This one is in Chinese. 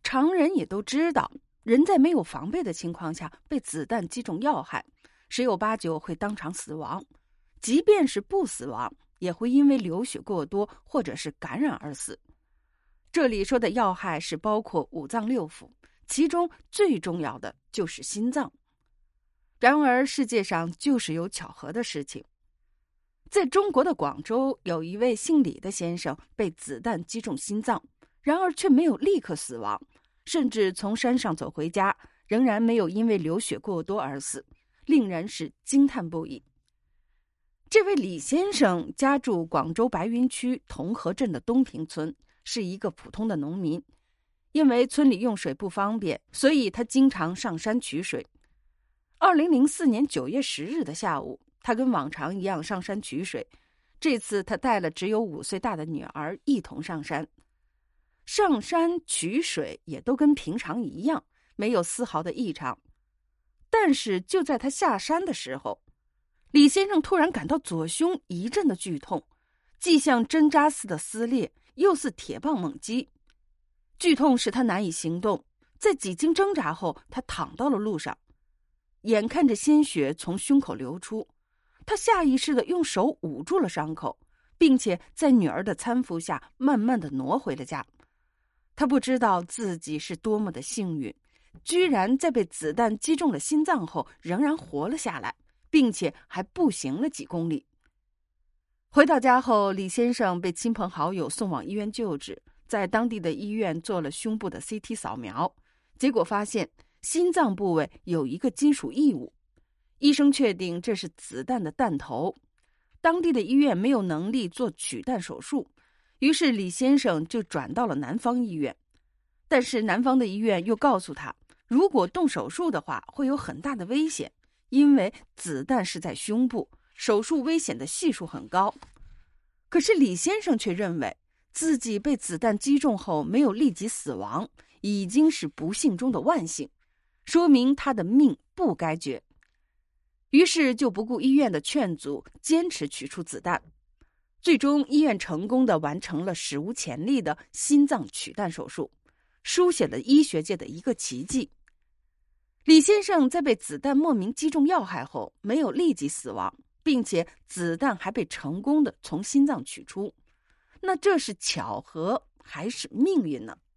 常人也都知道，人在没有防备的情况下被子弹击中要害，十有八九会当场死亡。即便是不死亡，也会因为流血过多或者是感染而死。这里说的要害是包括五脏六腑，其中最重要的就是心脏。然而世界上就是有巧合的事情。在中国的广州，有一位姓李的先生被子弹击中心脏，然而却没有立刻死亡，甚至从山上走回家，仍然没有因为流血过多而死，令人是惊叹不已。这位李先生家住广州白云区同和镇的东平村，是一个普通的农民。因为村里用水不方便，所以他经常上山取水。2004年9月10日的下午，他跟往常一样上山取水。这次他带了只有5岁大的女儿一同上山。上山取水也都跟平常一样，没有丝毫的异常。但是就在他下山的时候，李先生突然感到左胸一阵的剧痛，既像针扎似的撕裂，又似铁棒猛击。剧痛使他难以行动，在几经挣扎后，他躺到了路上。眼看着鲜血从胸口流出，他下意识地用手捂住了伤口，并且在女儿的搀扶下慢慢地挪回了家。他不知道自己是多么的幸运，居然在被子弹击中了心脏后仍然活了下来，并且还步行了几公里。回到家后，李先生被亲朋好友送往医院救治，在当地的医院做了胸部的 CT 扫描，结果发现心脏部位有一个金属异物，医生确定这是子弹的弹头。当地的医院没有能力做取弹手术，于是李先生就转到了南方医院。但是南方的医院又告诉他，如果动手术的话会有很大的危险，因为子弹是在胸部，手术危险的系数很高。可是李先生却认为自己被子弹击中后没有立即死亡，已经是不幸中的万幸，说明他的命不该绝。于是就不顾医院的劝阻，坚持取出子弹。最终医院成功地完成了史无前例的心脏取弹手术，书写了医学界的一个奇迹。李先生在被子弹莫名击中要害后没有立即死亡，并且子弹还被成功地从心脏取出。那这是巧合还是命运呢？